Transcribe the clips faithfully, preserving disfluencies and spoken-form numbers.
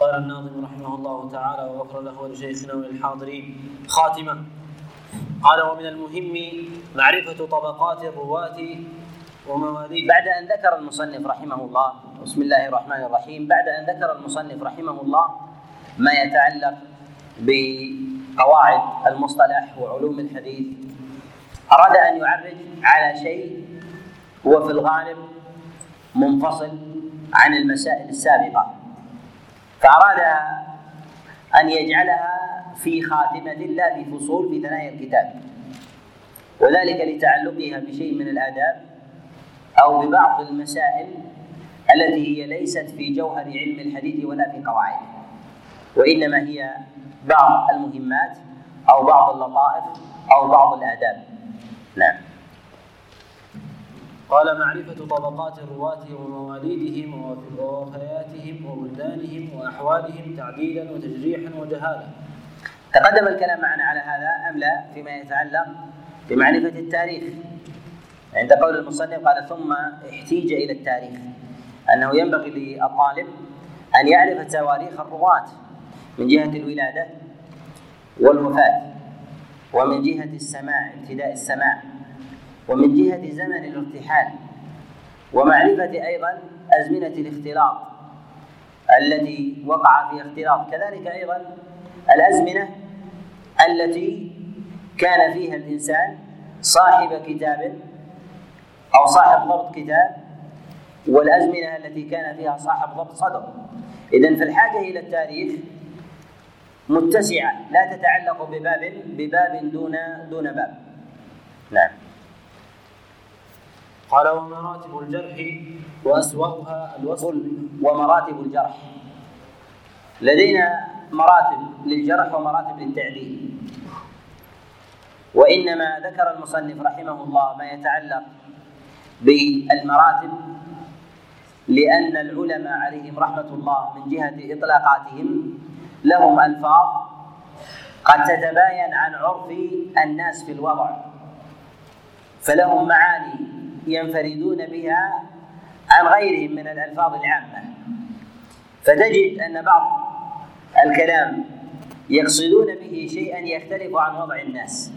قال الناظم رحمه الله تعالى وغفر له ولشيخنا وللحاضرين خاتمة. قال: ومن المهم معرفة طبقات الرواة ومواليد. بعد أن ذكر المصنف رحمه الله، بسم الله الرحمن الرحيم، بعد أن ذكر المصنف رحمه الله ما يتعلق بقواعد المصطلح وعلوم الحديث، أراد أن يعرج على شيء هو في الغالب منفصل عن المسائل السابقة، فأراد أن يجعلها في خاتمة لا في فصول في ثنايا الكتاب، وذلك لتعلقها بشيء من الآداب أو ببعض المسائل التي هي ليست في جوهر علم الحديث ولا في قواعده، وإنما هي بعض المهمات أو بعض اللطائف أو بعض الآداب. نعم. قال: معرفة طبقات الرواة ومواليدهم ووفياتهم وبلدانهم وأحوالهم تعديلا وتجريحا وجهالا. تقدم الكلام معنا على هذا أم لا فيما يتعلق بمعرفة التاريخ؟ عند قول المصنف قال: ثم احتيج إلى التاريخ، أنه ينبغي للطالب أن يعرف تواريخ الرواة من جهة الولادة والوفاة، ومن جهة السماع ابتداء السماع، ومن جهة زمن الارتحال، ومعرفة أيضا أزمنة الاختلاط التي وقع فيها اختلاط، كذلك أيضا الأزمنة التي كان فيها الإنسان صاحب كتاب أو صاحب ضبط كتاب، والأزمنة التي كان فيها صاحب ضبط صدر. إذن فالحاجة إلى التاريخ متسعة لا تتعلق بباب بباب دون دون باب. نعم. قال: ومراتب الجرح وأسوأها الوصف. ومراتب الجرح، لدينا مراتب للجرح ومراتب للتعديل، وإنما ذكر المصنف رحمه الله ما يتعلق بالمراتب لأن العلماء عليهم رحمة الله من جهة إطلاقاتهم لهم ألفاظ قد تتباين عن عرف الناس في الوضع، فلهم معاني ينفردون بها عن غيرهم من الألفاظ العامة، فتجد أن بعض الكلام يقصدون به شيئا يختلف عن وضع الناس،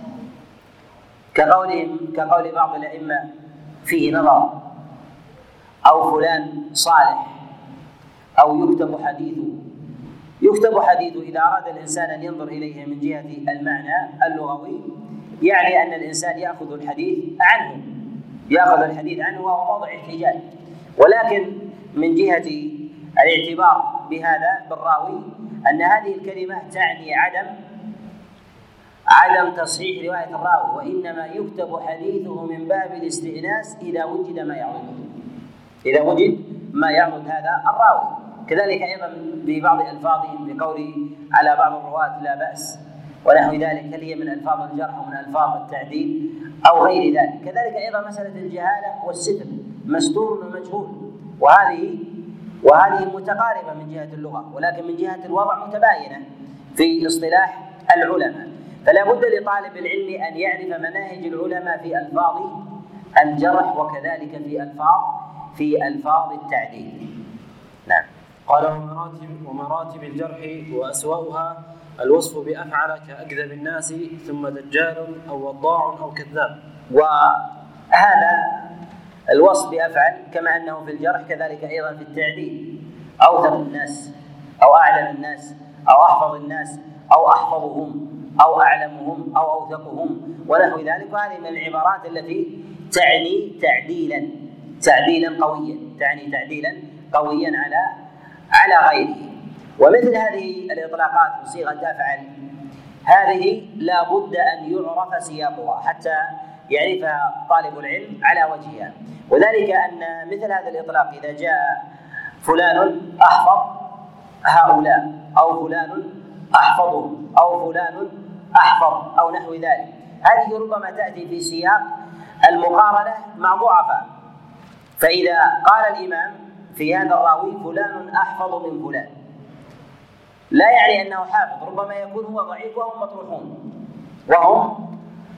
كقولهم كقول بعض الأئمة فيه نظر، أو فلان صالح، أو يكتب حديثه. يكتب حديثه إذا أراد الإنسان أن ينظر إليه من جهة المعنى اللغوي، يعني أن الإنسان يأخذ الحديث عنه يأخذ الحديث عنه وهو موضع احتجاج، ولكن من جهة الاعتبار بهذا بالراوي أن هذه الكلمة تعني عدم عدم تصحيح رواية الراوي، وإنما يكتب حديثه من باب الاستئناس إذا وجد ما يعضده إذا وجد ما يعضد هذا الراوي. كذلك أيضا ببعض ألفاظهم بقوله على بعض الرواة لا بأس ونحو ذلك، هل هي من ألفاظ الجرح ومن ألفاظ التعديل أو غير ذلك. كذلك أيضا مسألة الجهالة والستر، مستور ومجهول، وهذه وهذه متقاربة من جهة اللغة، ولكن من جهة الوضع متباينة في اصطلاح العلماء. فلا بد لطالب العلم أن يعرف مناهج العلماء في ألفاظ الجرح وكذلك في ألفاظ في ألفاظ التعديل. نعم. قال: ومراتب ومراتب الجرح وأسوأها الوصف بأفعل كأكذب الناس ثم دجال أو وضاع أو كذاب. وهذا الوصف بأفعل كما أنه في الجرح كذلك أيضا في التعديل، أوثق الناس أو أعلم الناس أو أحفظ الناس أو أحفظهم أو أعلمهم أو أوثقهم ونحو ذلك. وهذه من العبارات التي تعني تعديلا تعديلا قويا تعني تعديلا قويا على على غيره. ومثل هذه الإطلاقات بصيغة أفعل هذه لا بد أن يعرف سياقها حتى يعرفها طالب العلم على وجهها، وذلك أن مثل هذا الإطلاق إذا جاء فلان أحفظ هؤلاء أو فلان أحفظهم أو فلان أحفظ أو نحو ذلك، هذه ربما تأتي في سياق المقارنة مع ضعفاء. فإذا قال الإمام في هذا الراوي فلان أحفظ من فلان، لا يعني أنه حافظ، ربما يكون هو ضعيف وهم مطروحون وهم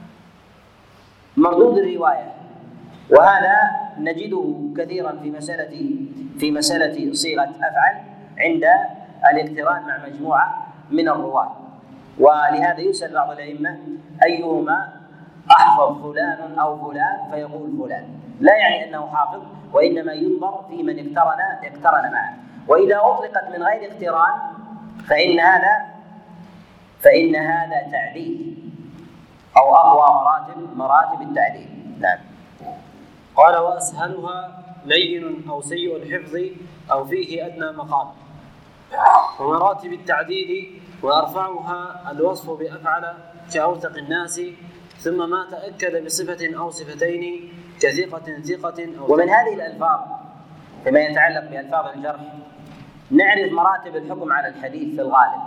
مردود الرواية، وهذا نجده كثيرا في مسألة في مسألة صيغة أفعل عند الاقتران مع مجموعة من الرواة. ولهذا يسأل بعض الأئمة أيهما أحفظ فلان أو فلان فيقول فلان، لا يعني أنه حافظ، وإنما ينظر في من اقترن اقترن معه. وإذا أطلقت من غير اقتران فإن هذا فإن هذا تعديل أو أقوى مراتب مراتب التعديل. نعم. قال: وأسهلها لين أو سيء الحفظ أو فيه أدنى مقام. ومراتب التعديل وأرفعها الوصف بأفعل كأوثق الناس، ثم ما تأكد بصفة أو صفتين كثقة ثقة أو. ومن هذه الألفاظ فيما يتعلق بألفاظ الجرح نعرف مراتب الحكم على الحديث في الغالب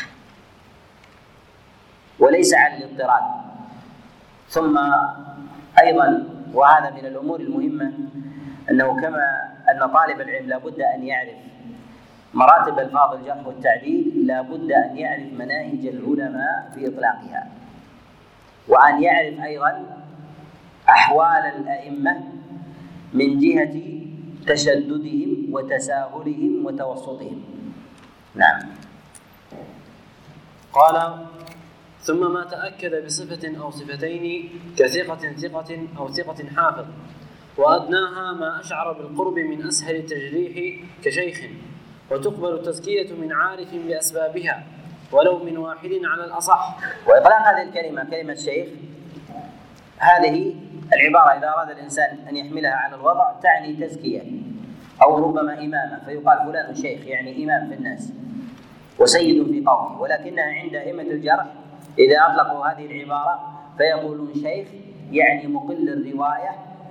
وليس على الاضطراد. ثم أيضا وهذا من الأمور المهمة أنه كما أن طالب العلم لا بد أن يعرف مراتب ألفاظ الجرح والتعديل، لا بد أن يعرف مناهج العلماء في إطلاقها، وأن يعرف أيضا أحوال الأئمة من جهة تشددهم وتساهلهم وتوسطهم. نعم. قال: ثم ما تأكد بصفة أو صفتين كثقة ثقة أو ثقة حافظ، وأدناها ما أشعر بالقرب من أسهل التجريح كشيخ، وتقبل التزكية من عارف بأسبابها ولو من واحد على الأصح. وإطلاق هذه الكلمة كلمة شيخ، هذه العبارة إذا أراد الإنسان أن يحملها على الوضع تعني تزكية أو ربما إمامة، فيقال فلان شيخ يعني إمام في الناس وسيد في قومه. ولكنها عند أئمة الجرح إذا أطلقوا هذه العبارة فيقولون شيخ يعني مقل الرواية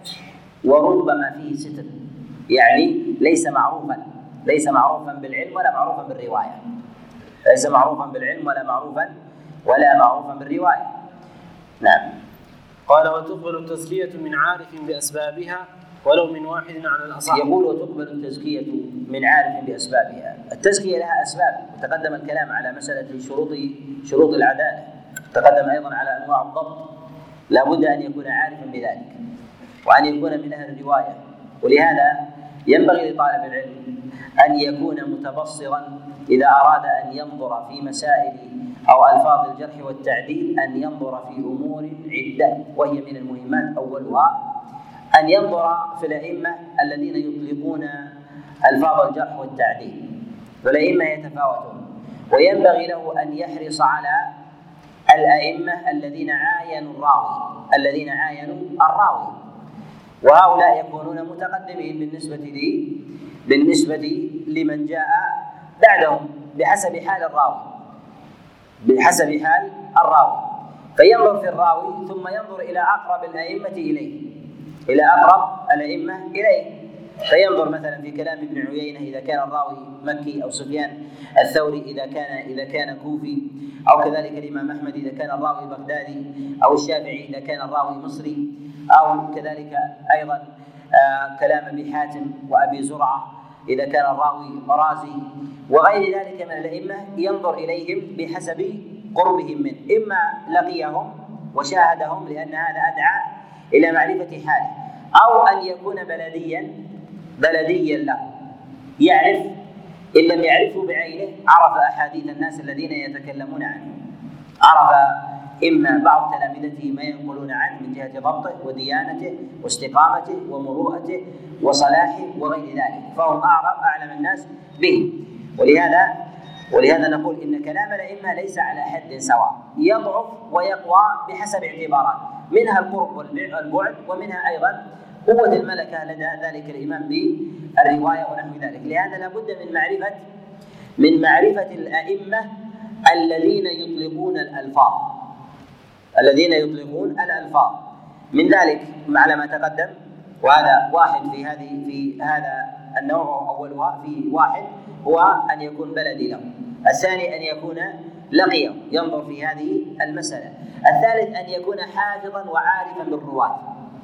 وربما فيه ستر، يعني ليس معروفا ليس معروفا بالعلم ولا معروفا بالرواية، ليس معروفا بالعلم ولا معروفا ولا معروفا بالرواية. نعم. قال: وتقبل التزكية من عارف بأسبابها ولو من واحد على الأصح. يقول: وتقبل التزكية من عارف بأسبابها. التزكية لها أسباب، وتقدم الكلام على مسألة شروط شروط العدالة، تقدم أيضا على أنواع الضبط، لا بد أن يكون عارفا بذلك وأن يكون من أهل الرواية. ولهذا ينبغي لطالب العلم أن يكون متبصرا إذا أراد أن ينظر في مسائل أو ألفاظ الجرح والتعديل، أن ينظر في أمور عدة، وهي من المهمات أولها أن ينظر في الأئمة الذين يطلقون ألفاظ الجرح والتعديل، والأئمة يتفاوتون، وينبغي له أن يحرص على الأئمة الذين عاينوا الراوي الذين عاينوا الراوي وهؤلاء يكونون متقدمين بالنسبة لي بالنسبة لمن جاء بعدهم بحسب حال الراوي بحسب حال الراوي فينظر في الراوي ثم ينظر إلى أقرب الأئمة إليه إلى أقرب الأئمة إليه فينظر مثلا في كلام ابن عيينة إذا كان الراوي مكي، أو سفيان الثوري إذا كان إذا كان كوفي، أو كذلك الإمام أحمد إذا كان الراوي بغدادي، أو الشافعي إذا كان الراوي مصري، أو كذلك أيضا آه كلام أبي حاتم وأبي زرعة إذا كان الراوي رازي، وغير ذلك من الأئمة ينظر إليهم بحسب قربهم منه، إما لقيهم وشاهدهم لأن هذا أدعى إلى معرفة حاله، أو أن يكون بلديا بلديا له يعرف، إن لم يعرفه بعينه عرف أحاديث الناس الذين يتكلمون عنه، عرف إما بعض تلامذته ما ينقلون عنه من جهة ضبطه وديانته واستقامته ومروءته وصلاحه وغير ذلك، فهم أعرف أعلم الناس به. ولهذا ولهذا نقول إن كلام الأئمة ليس على حد سواء، يضعف ويقوى بحسب اعتبارات، منها القرب والبعد، ومنها أيضا قوة الملكة لدى ذلك الإمام بالرواية ونحو ذلك. لهذا لابد من معرفة من معرفة الأئمة الذين يطلقون الألفاظ الذين يطلقون الألفاظ من ذلك على ما تقدم، وهذا واحد في هذه في هذا النوع أولها في واحد هو أن يكون بلدي له، الثاني أن يكون لقيه ينظر في هذه المسألة، الثالث أن يكون حافظا وعارفا بالرواة،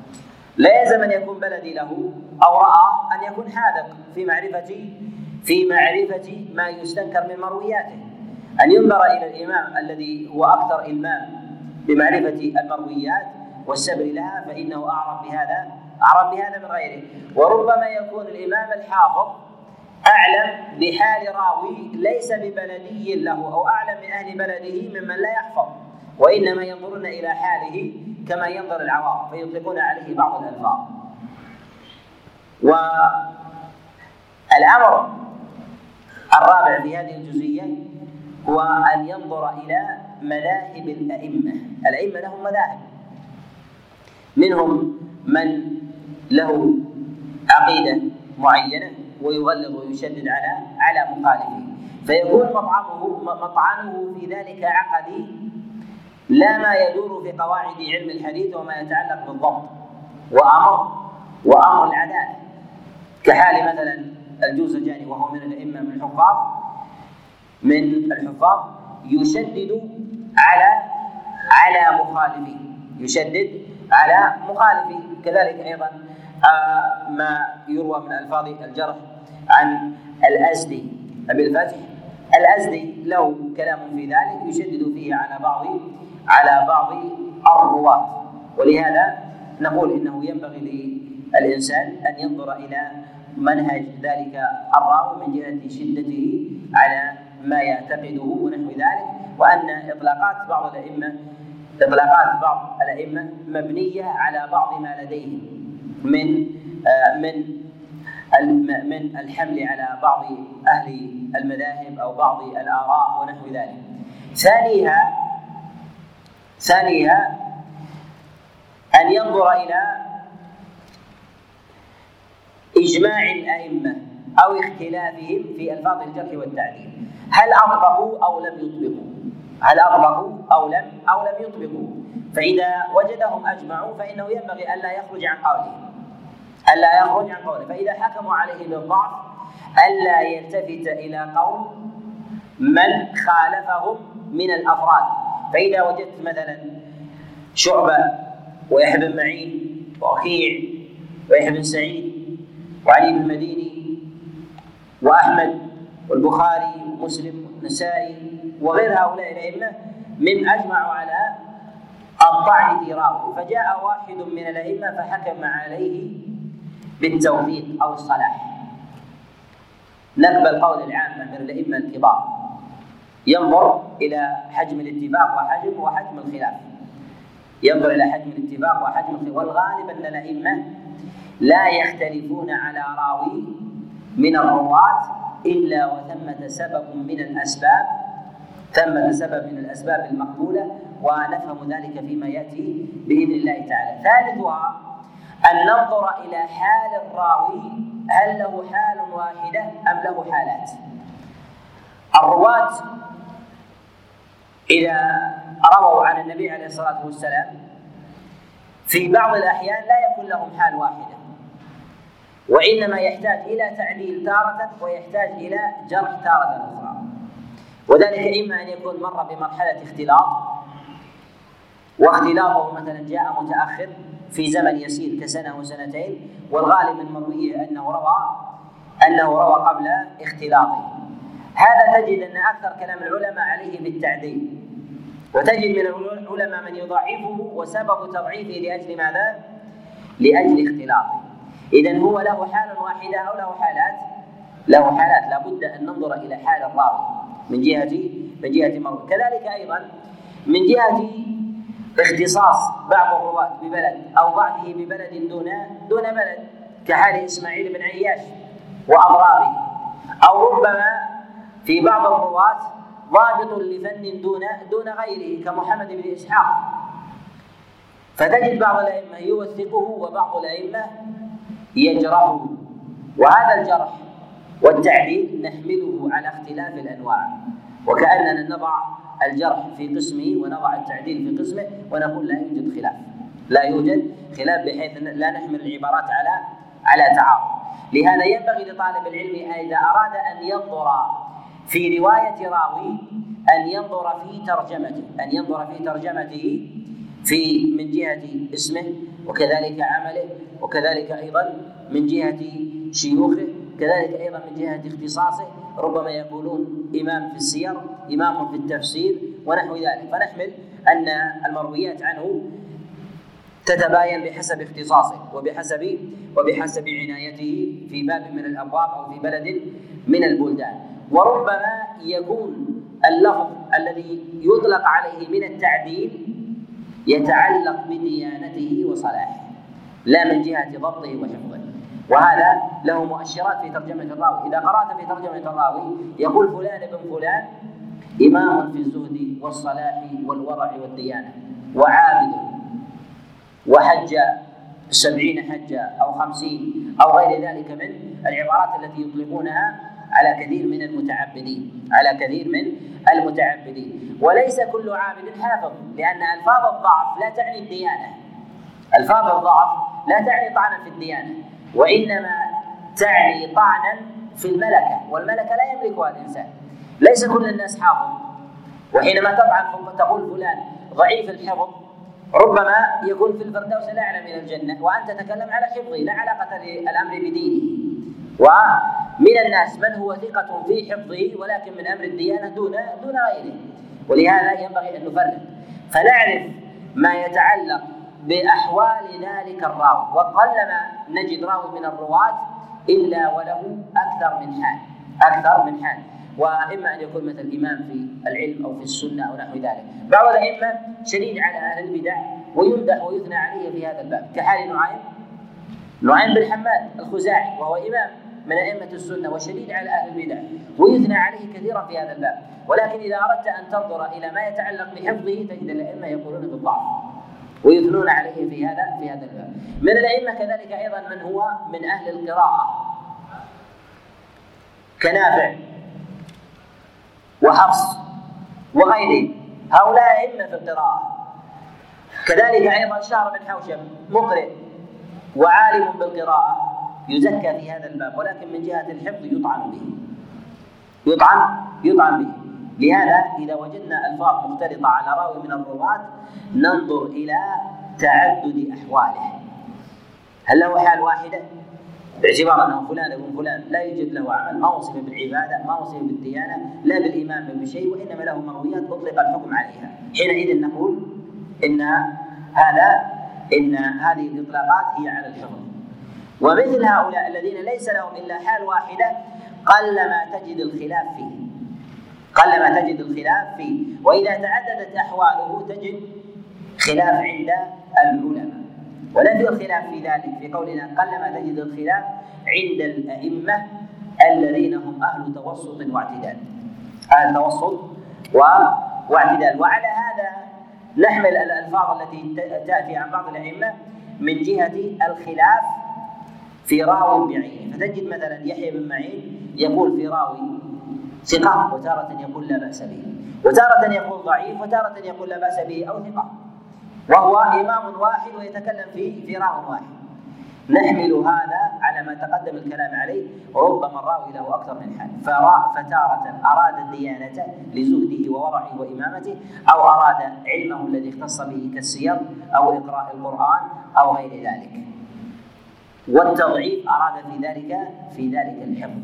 لا يلزم أن يكون بلدي له أو رأى أن يكون حاذق في معرفة في معرفة ما يستنكر من مروياته، أن ينظر إلى الإمام الذي هو أكثر إلمام بمعرفة المرويات والسبر لها، فإنه أعرف بهذا أعرف بهذا من غيره. وربما يكون الإمام الحافظ أعلم بحال راوي ليس ببلدي له أو أعلم من أهل بلده ممن لا يحفظ، وإنما ينظرون إلى حاله كما ينظر العوام فيطلقون عليه بعض الألفاظ. والأمر الرابع في هذه الجزئية هو أن ينظر إلى مذاهب الأئمة. الأئمة لهم مذاهب، منهم من له عقيدة معينة ويغلظ ويشدد على على مخالفه، فيكون مطعمه مطعنه في ذلك عقدي لا ما يدور في قواعد علم الحديث وما يتعلق بالضبط وأمر وأمر العدالة، كحال مثلا الجوزجاني وهو من الأئمة من الحفاظ من الحفاظ يشدد على على مخالفه يشدد على مخالفه كذلك أيضا آه ما يروى من ألفاظ الجرح عن الأزدي أبي الفتح. الأزدي له كلام في ذلك يشدد فيه على بعض على بعض الرواة، ولهذا نقول إنه ينبغي للإنسان أن ينظر إلى منهج ذلك الراوي من جهة شدته على ما يعتقده ونحو ذلك، وأن إطلاقات بعض الأئمة إطلاقات بعض الأئمة مبنية على بعض ما لديهم من آه من من الحمل على بعض أهل المذاهب أو بعض الآراء ونحو ذلك. ثانيها ثانيها أن ينظر إلى إجماع الأئمة أو اختلافهم في ألفاظ الجرح والتعديل، هل أطبقوا أو لم يطبقوا هل أطبقوا أو لم أو لم يطبقوا. فإذا وجدهم أجمعوا فإنه ينبغي ألا يخرج عن قولهم ألا يخرج عن قوله فإذا حكموا عليه بالضعف ألا يلتفت إلى قول من خالفهم من الأفراد. فإذا وجدت مثلا شعبة ويحيى بن معين ووكيع ويحيى بن سعيد وعلي بن المديني وأحمد والبخاري ومسلم والنسائي وغير هؤلاء الأئمة من أجمعوا على الطعن في راوي، فجاء واحد من الأئمة فحكم عليه بالتوثيق أو الصلاح، نقبل قول العامة من الأئمة الكبار، ينظر إلى حجم الاتفاق وحجم وحجم الخلاف ينظر إلى حجم الاتفاق وحجم الخلاف والغالب أن الأئمة لا يختلفون على راوي من الرواة إلا وثمة سبب من الأسباب ثمة سبب من الأسباب المقبولة، ونفهم ذلك فيما يأتي بإذن الله تعالى. ثالثها أن ننظر إلى حال الراوي، هل له حال واحدة أم له حالات؟ الرواة إذا رووا عن النبي عليه الصلاة والسلام في بعض الأحيان لا يكون لهم حال واحدة، وإنما يحتاج إلى تعديل تارة ويحتاج إلى جرح تارة أخرى، وذلك إما أن يكون مر بمرحلة اختلاط واختلاطه مثلا جاء متأخر في زمن يسير كسنة وسنتين، والغالب من مرويه أنه روى أنه روى قبل اختلاطه. هذا تجد أن أكثر كلام العلماء عليه بالتعديل، وتجد من العلماء من يضعفه وسبب تضعيفه لأجل ماذا؟ لأجل اختلاطه. إذن هو له حال واحدة أو له حالات؟ له حالات، لا بد أن ننظر إلى حال الراوي من جهة من جهة مروي. كذلك أيضا من جهة اختصاص بعض الرواة ببلد أو ضعفه ببلد دون دون بلد، كحال إسماعيل بن عياش وأضرابه، أو ربما في بعض الرواة ضابط لفن دون دون غيره كمحمد بن إسحاق، فتجد بعض الأئمة يوثقه وبعض الأئمة يجرحه، وهذا الجرح والتعديل نحمله على اختلاف الأنواع، وكأننا نضع الجرح في قسمه ونضع التعديل في قسمه ونقول لا يوجد خلاف لا يوجد خلاف بحيث لا نحمل العبارات على على تعارض. لهذا ينبغي لطالب العلم إذا أراد أن ينظر في رواية راوي أن ينظر في ترجمته أن ينظر في ترجمته في من جهة اسمه وكذلك عمله وكذلك أيضا من جهة شيوخه، كذلك أيضا من جهة اختصاصه، ربما يقولون إمام في السير إمام في التفسير ونحو ذلك، فنحمل أن المرويات عنه تتباين بحسب اختصاصه وبحسب وبحسب عنايته في باب من الأبواب أو في بلد من البلدان. وربما يكون اللفظ الذي يطلق عليه من التعديل يتعلق بديانته وصلاحه لا من جهة ضبطه وحفظه، وهذا له مؤشرات في ترجمة الراوي. إذا قرأت في ترجمة الراوي يقول فلان ابن فلان إمام في الزهد والصلاح والورع والديانة، وعابد، وحج سبعين حجة أو خمسين أو غير ذلك من العبارات التي يطلقونها على كثير من المتعبدين على كثير من المتعبدين. وليس كل عابد حافظ، لأن ألفاظ الضعف لا تعني الديانة، ألفاظ الضعف لا تعني طعنا في الديانة، وإنما تعني طعنا في الملكة، والملكة لا يملكها الإنسان. ليس كل الناس حافظ، وحينما تطعن تقول فلان ضعيف الحفظ ربما يكون في الفردوس الأعلى من الجنة، وأنت تتكلم على حفظه، لا علاقة للأمر بدينه. ومن الناس من هو ثقة في حفظه ولكن من أمر الديانة دون دون غيره، ولهذا ينبغي أن نفرق فنعرف ما يتعلق بأحوال ذلك الراوي. وقلما نجد راوي من الرواة إلا وله أكثر من حال أكثر من حال وإما أن يكون مثل إمام في العلم أو في السنة أو نحو ذلك. بعض الأئمة شديد على أهل البدع ويمدح ويثنى عليه في هذا الباب، كحال نعيم نعيم بن حماد الخزاعي، وهو إمام من أئمة السنة وشديد على أهل البدع ويثنى عليه كثيرا في هذا الباب. ولكن إذا أردت أن تنظر إلى ما يتعلق بحفظه تجد الأئمة يقولون بالضعف ويثنون عليه في هذا في هذا الباب. من الأئمة كذلك أيضا من هو من أهل القراءة كنافع وحفص وغيره، هؤلاء أئمة في القراءة. كذلك أيضا شهر بن حوشب مقرئ وعالم بالقراءة يزكى في هذا الباب، ولكن من جهة الحفظ يطعن به يطعن يطعن به. لهذا إذا وجدنا ألفاظ مختلطة على راوي من الرواة ننظر إلى تعدد أحواله، هل له حال واحدة باعتبار أنه فلان ابن فلان لا يوجد له عمل، ما وصف بالعبادة، ما وصف بالديانة، لا بالإيمان بشيء، وإنما له مرويات أطلق الحكم عليها، حينئذ نقول إن هذا إن هذه الإطلاقات هي على الحفظ. ومثل هؤلاء الذين ليس لهم إلا حال واحدة قلما تجد الخلاف فيه قلما تجد الخلاف فيه وإذا تعددت أحواله تجد خلاف عند العلماء. ولم الخلاف في ذلك في قولنا قلما تجد الخلاف عند الأئمة الذين هم أهل توسط واعتدال أهل توسط واعتدال. وعلى هذا نحمل الألفاظ التي تأتي عن بعض الأئمة من جهة الخلاف في راوي بعينه، فتجد مثلا يحيى بن معين يقول في راوي ثقة وتارة يقول لا بأس به، وتارة يقول ضعيف، وتارة يقول لا بأس به أو ثقة، وهو إمام واحد ويتكلم في في راو واحد. نحمل هذا على ما تقدم الكلام عليه، وربما الراوي له أكثر من حال، فتارة أراد الديانة لزهده وورعه وإمامته، أو أراد علمه الذي اختص به كالسير أو إقراء القرآن أو غير ذلك، والتضعيف أراد في ذلك في ذلك الحفظ.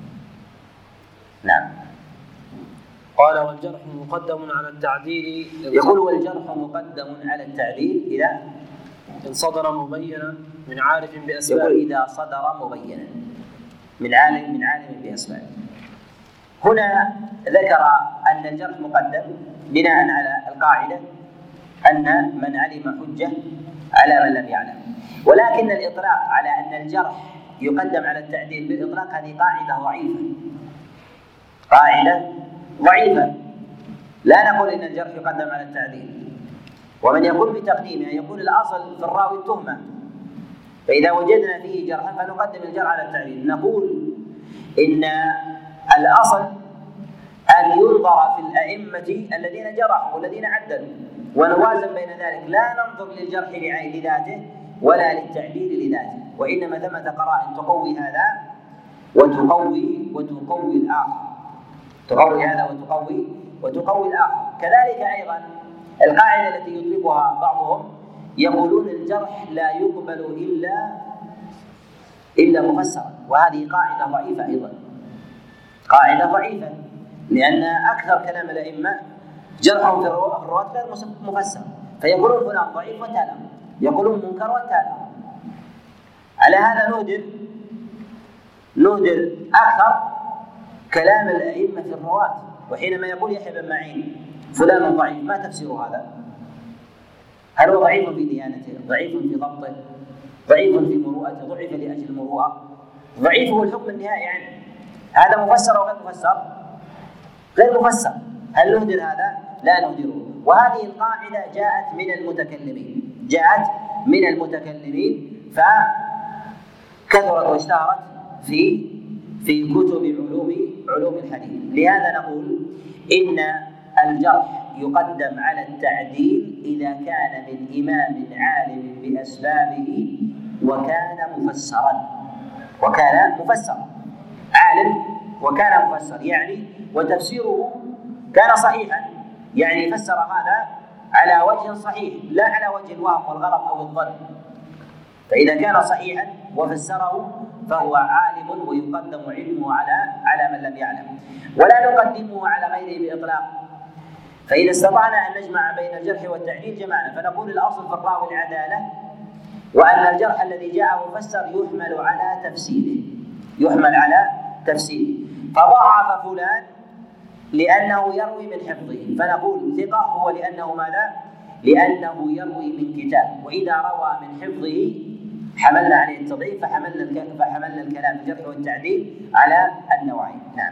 نعم. قال والجرح مقدم على التعديل. يقول والجرح مقدم على التعديل إذا إن صدر مبينا من عارف بأسباب. يقول إذا صدر مبينا من عالم من عالم بأسباب. هنا ذكر أن الجرح مقدم بناء على القاعدة أن من علم حجة على من لم يعلم، ولكن الإطلاق على أن الجرح يقدم على التعديل بالإطلاق هذه قاعدة ضعيفة قاعدة ضعيفة لا نقول إن الجرح يقدم على التعديل، ومن يقول بتقديمه يقول الأصل في الراوي التهمة، فإذا وجدنا فيه جرحا فنقدم الجرح على التعديل. نقول إن الأصل أن ينظر في الأئمة الذين جرحوا والذين عدلوا ونوازن بين ذلك، لا ننظر للجرح لذاته ولا للتعديل لذاته، وإنما ثمة قرائن تقوي هذا وتقوي وتقوي الآخر تقوي هذا وتقوي وتقوي الآخر. كذلك أيضا القاعدة التي يطلقها بعضهم يقولون الجرح لا يقبل إلا إلا مفسرا، وهذه قاعدة ضعيفة أيضا قاعدة ضعيفة لأن أكثر كلام الأئمة جرحهم في الرواة غير مفسر، فيقولون فلان ضعيف وتالم، يقولون منكر وتالم. على هذا نودر نودر أكثر كلام الأئمة في الرواة. وحينما يقول يحيى بن معين فلان ضعيف، ما تفسير هذا؟ هل هو ضعيف في ديانته؟ ضعيف في ضبطه؟ ضعيف في مروءته؟ ضعف لأجل المروءة؟ ضعيف هو الحكم النهائي عنه. هذا مفسر أو غير مفسر؟ غير مفسر. هل نهدر هذا؟ لا نهدره. وهذه القاعدة جاءت من المتكلمين، جاءت من المتكلمين فكثرت واشتهرت في في كتب علوم علوم الحديث. لهذا نقول إن الجرح يقدم على التعديل إذا كان من إمام عالم بأسبابه وكان مفسرا وكان مفسرا عالم وكان مفسر، يعني وتفسيره كان صحيحا، يعني فسر هذا على وجه صحيح لا على وجه الوهم والغلط أو الظن. فإذا كان صحيحا وفسره فهو عالم ويقدم علمه على على من لم يعلم، ولا نقدمه على غيره بإطلاق. فإذا استطعنا أن نجمع بين الجرح والتعديل جمعنا، فنقول الأصل في الراوي العدالة، وأن الجرح الذي جاء مفسر يحمل على تفسيره يحمل على تفسيره فضعف فلان لأنه يروي من حفظه، فنقول ثقة هو لأنه ماذا؟ لأنه يروي من كتاب، وإذا روى من حفظه حملنا عليه التضعيف، فحملنا فحملنا الكلام الجرح والتعديل على النوعين. نعم.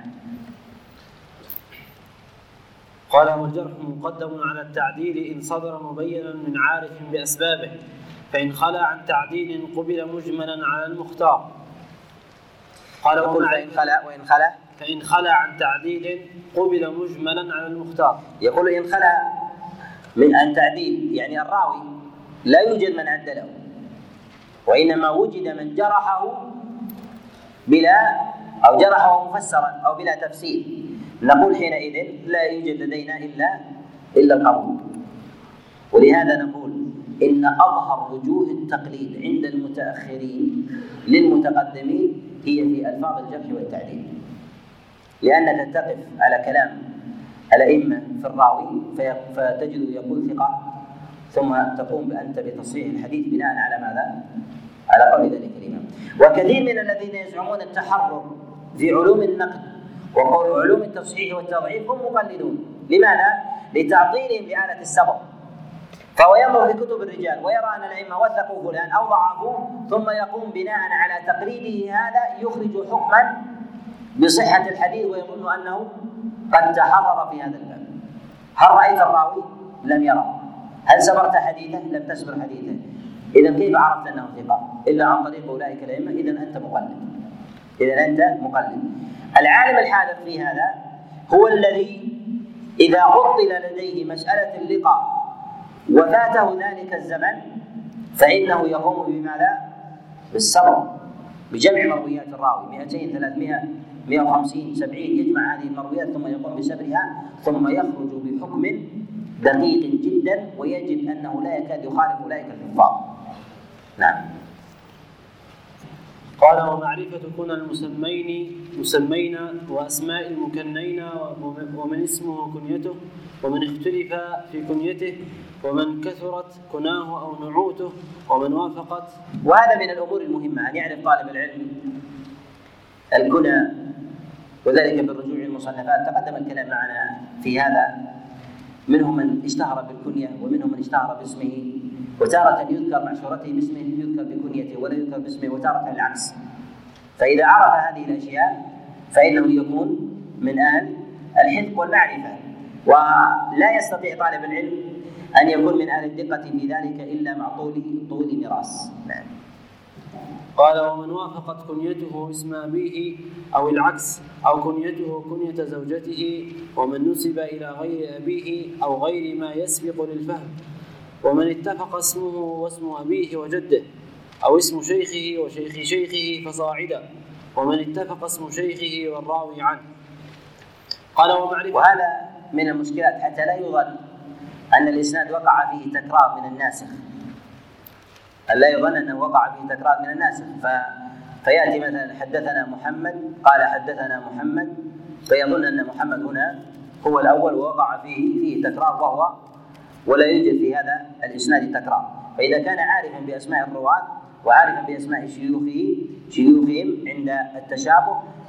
قال: والجرح مقدم على التعديل إن صدر مبينا من عارف بأسبابه، فإن خلا عن تعديل قبل مجملا على المختار. قال: فإن خلا وإن خلا فإن خلا عن تعديل قبل مجملا على المختار. يقول إن خلا من عن تعديل، يعني الراوي لا يوجد من عدله، وإنما وجد من جرحه بلا أو جرحه مفسرا أو بلا تفسير، نقول حينئذ لا يوجد لدينا إلا إلا القبول. ولهذا نقول إن أظهر وجوه التقليد عند المتأخرين للمتقدمين هي في ألفاظ الجرح والتعديل، لأنك تقف على كلام الأئمة في الراوي فتجد يقول ثقة، ثم تقوم أنت بتصحيح الحديث بناء على ماذا؟ على قول ذلك الإمام. وكثير من الذين يزعمون التحرر في علوم النقد وقول علوم التصحيح والتضعيف هم مقلدون. لماذا؟ لتعطيلهم لآلة السبب. فهو ينظر في كتب الرجال ويرى أن الأئمة وثقوا فلان أو ضعفوه، ثم يقوم بناء على تقليده هذا يخرج حكما بصحة الحديث ويظن أنه قد تحرر في هذا الباب. هل رأيت الراوي؟ لم يرى. هل سبرت حديثه؟ لم تسبر حديثه. إذن كيف عرفت أنه ثقة؟ إلا عن طريق أولئك الأئمة. إذن أنت مقلد. إذن أنت مقلد. العالم الحاذق في هذا هو الذي إذا عطل لديه مسألة اللقاء وفاته ذلك الزمن فإنه يقوم بماذا؟ بالصبر، بجمع مرويات الراوي مئتين ثلاثمائة مئة وخمسين سبعين، يجمع هذه المرويات ثم يقوم بسبرها، ثم يخرج بحكم دقيق جدا ويجب أنه لا يكاد يخالف أولئك الحفاظ. نعم. قال: ومعرفة كنى المسمين مسمين وأسماء المكنين ومن اسمه كنيته ومن اختلف في كنيته ومن كثرت كناه أو نعوته ومن وافقت. وهذا من الأمور المهمة أن يعرف طالب العلم الكنى، وذلك بالرجوع المصنفات. تقدم الكلام معنا في هذا، منهم من اشتهر بالكنية ومنهم من اشتهر باسمه، وتارة يذكر مع شهرته باسمه يذكر بكنيته ولا يذكر باسمه، وتارة العكس. فإذا عرف هذه الأشياء فإنه يكون من أهل الحذق والمعرفة، ولا يستطيع طالب العلم أن يكون من أهل الدقة في ذلك إلا مع طول طول ميراث. نعم. قال: ومن وافقت كنيته اسم أبيه أو العكس، أو كنيته كنية زوجته، ومن نسب إلى غير أبيه أو غير ما يسبق للفهم، ومن اتفق اسمه واسم أبيه وجده، أو اسم شيخه وشيخ شيخه فصاعدا، ومن اتفق اسم شيخه والراوي عنه. قال: ومعرفة. وهذا من المشكلات حتى لا يظن أن الإسناد وقع فيه تكرار من الناسخ، لا يظن أنه وقع فيه تكرار من الناسخ، ف... فيأتي مثلا حدثنا محمد قال حدثنا محمد، فيظن أن محمد هنا هو الأول ووقع فيه فيه تكرار، وهو ولا يوجد في هذا الإسناد تكرار. فإذا كان عارفا بأسماء الرواة وعارفا بأسماء شيوخه شيوخهم عند التشابه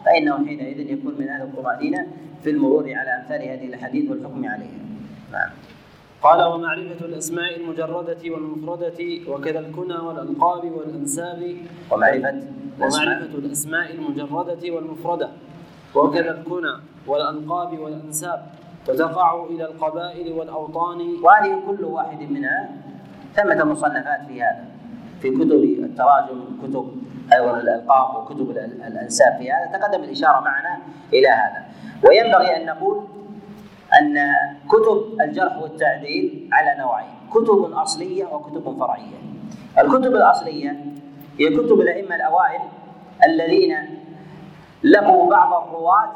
فإنه حينئذ يكون من أهل الطمأنينة في المرور على أمثال هذه الأحاديث والحكم عليها. نعم. قال ومعرفة الأسماء المجردة والمفردة وكذا الكنى والألقاب والأنساب ومعرفة ومعرفة الأسماء المجردة والمفردة وكذا الكنى والألقاب والأنساب وتقع إلى القبائل والأوطان. وهذه كل واحد منها ثمة مصنفات في هذا، في كتب التراجم، كتب أيضا الألقاب وكتب الأنساب في هذا، تقدم الإشارة معنا إلى هذا. وينبغي أن نقول أن كتب الجرح والتعديل على نوعين: كتب أصلية وكتب فرعية. الكتب الأصلية هي كتب الأئمة الأوائل الذين لقوا بعض الرواة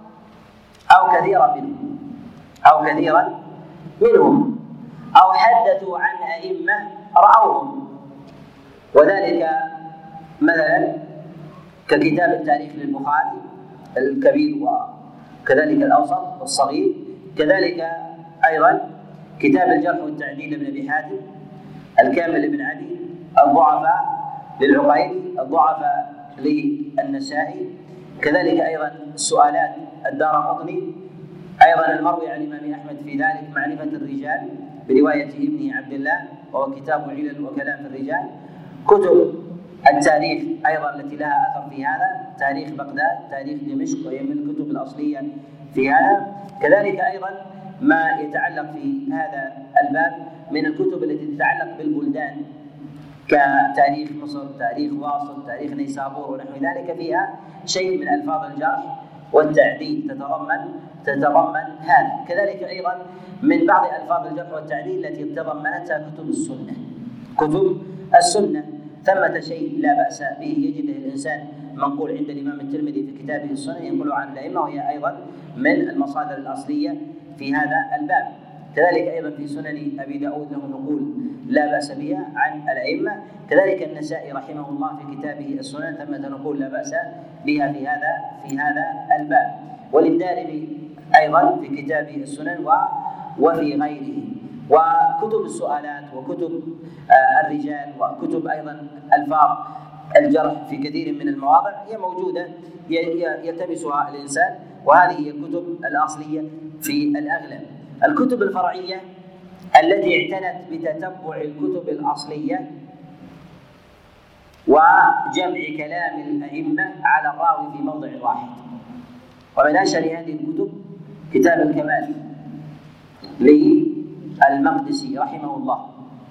أو كثيرا منهم أو كثيرا منهم أو حدثوا عن أئمة رأوهم، وذلك مثلا ككتاب التاريخ للبخاري الكبير وكذلك الأوسط والصغير، كذلك أيضا كتاب الجرح والتعديل لابن أبي حاتم، الكامل لابن عدي، الضعفاء للعقيلي، الضعفاء للنسائي، كذلك أيضا السؤالات الدارقطني، أيضا المروي عن الإمام أحمد في ذلك معرفة الرجال برواية ابنه عبد الله وهو كتاب علل وكلام في الرجال، كتب التاريخ أيضا التي لها أثر في هذا، تاريخ بغداد، تاريخ دمشق، وهي من الكتب الأصلية في هذا، كذلك أيضا ما يتعلق في هذا الباب من الكتب التي تتعلق بالبلدان كتاريخ مصر، تاريخ واسط، تاريخ نيسابور ونحو ذلك، فيها شيء من ألفاظ الجرح والتعديل تتضمن تتضمن هذا، كذلك أيضا من بعض ألفاظ الجرح والتعديل التي تضمنتها كتب السنة. كتب السنة ثمة شيء لا بأس به يجده الإنسان منقول عند الإمام الترمذي في كتابه السنن ينقل عن الأئمة، وهي أيضا من المصادر الأصلية في هذا الباب. كذلك أيضا في سنن أبي داود له نقول لا بأس بها عن الأئمة، كذلك النسائي رحمه الله في كتابه السنن ثمة نقول لا بأس بها في هذا في هذا الباب، وللدارمي أيضا في كتابه السنن وفي غيره. وكتب السؤالات وكتب الرجال وكتب أيضا ألفاظ الجرح في كثير من المواضع هي موجودة يلتمسها الإنسان، وهذه هي الكتب الأصلية في الأغلب. الكتب الفرعية التي اعتنت بتتبع الكتب الأصلية وجمع كلام الأئمة على الراوي في موضع واحد، ومن أشهر هذه الكتب كتاب الكمال للمقدسي رحمه الله،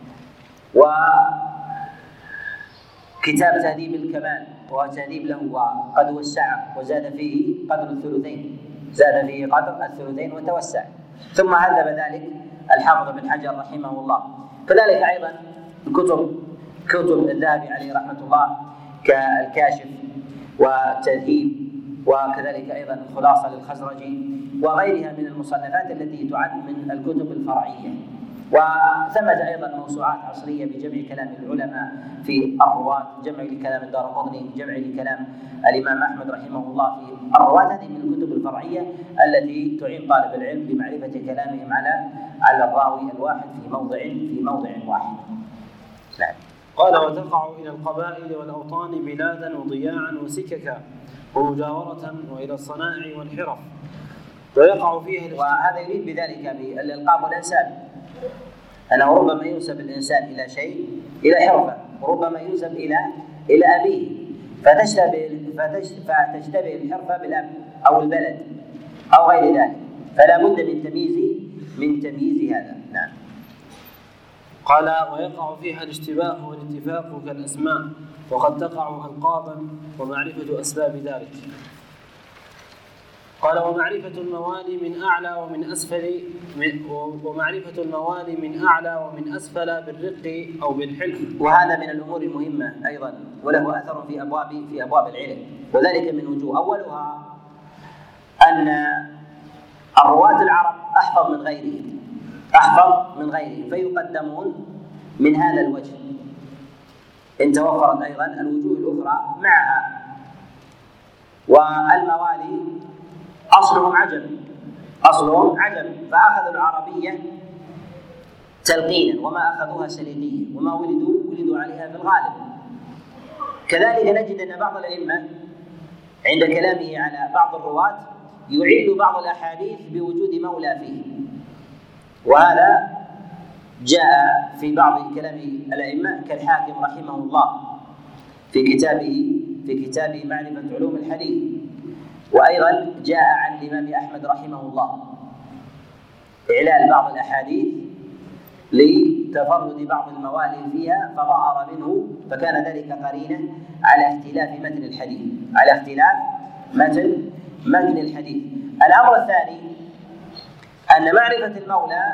وكتاب تهذيب الكمال وتهذيب له وقد وسعه وزاد فيه قدر الثلثين، زاد فيه قدر الثلثين وتوسع، ثم هذب ذلك الحافظ بن حجر رحمه الله. كذلك أيضا كتب كتب الذهبي عليه رحمة الله كالكاشف والتذهيب، وكذلك أيضا الخلاصة للخزرجي وغيرها من المصنفات التي تعد من الكتب الفرعية. وثمة أيضا موسوعات عصرية بجمع كلام العلماء في الرواة، جمع لكلام الدارقطني، جمع لكلام الإمام أحمد رحمه الله في الرواة. هذه من الكتب الفرعية التي تعين طالب العلم بمعرفة كلامهم على على الراوي الواحد في موضع في موضع واحد. نعم. قال وتقع إلى القبائل والأوطان بلادا وضياعا وسككا ومجاورة وإلى الصنائع والحرف، ويقع فيها. وهذا يريد بذلك بالألقاب والأنساب، أنه ربما ينسب الإنسان إلى شيء، إلى حرفة، وربما ينسب إلى إلى أبيه، فتشتبه فتشتبه الحرفة بالأب أو البلد أو غير ذلك، فلا بد من تمييز من تمييز هذا. نعم. قال ويقع فيها الاشتباه والاتفاق كالأسماء، وقد تقع ألقابا ومعرفة أسباب ذلك. قال ومعرفة الموالي من أعلى ومن أسفل ومعرفة الموالي من أعلى ومن أسفل بالرق أو بالحلف. وهذا من الأمور المهمة أيضا، وله أثر في أبواب في أبواب العلم، وذلك من وجوه. أولها أن الرواة العرب أحفظ من غيرهم أحفظ من غيرهم فيقدمون من هذا الوجه، إن توفرت أيضا الوجوه الأخرى معها. والموالي أصلهم عجم أصلهم عجم فأخذوا العربية تلقينا، وما أخذوها سليقية، وما ولدوا ولدوا عليها في الغالب. كذلك نجد أن بعض الأئمة عند كلامه على بعض الرواة يعل بعض الأحاديث بوجود مولى فيه، وهذا جاء في بعض كلام الأئمة كالحاكم رحمه الله في كتابه في كتاب معرفة علوم الحديث، وأيضا جاء عن الإمام أحمد رحمه الله إعلال بعض الأحاديث لتفرد بعض الموالي فيها فظهر منه، فكان ذلك قرينة على اختلاف متن الحديث على اختلاف متن متن الحديث. الأمر الثاني أن معرفة المولى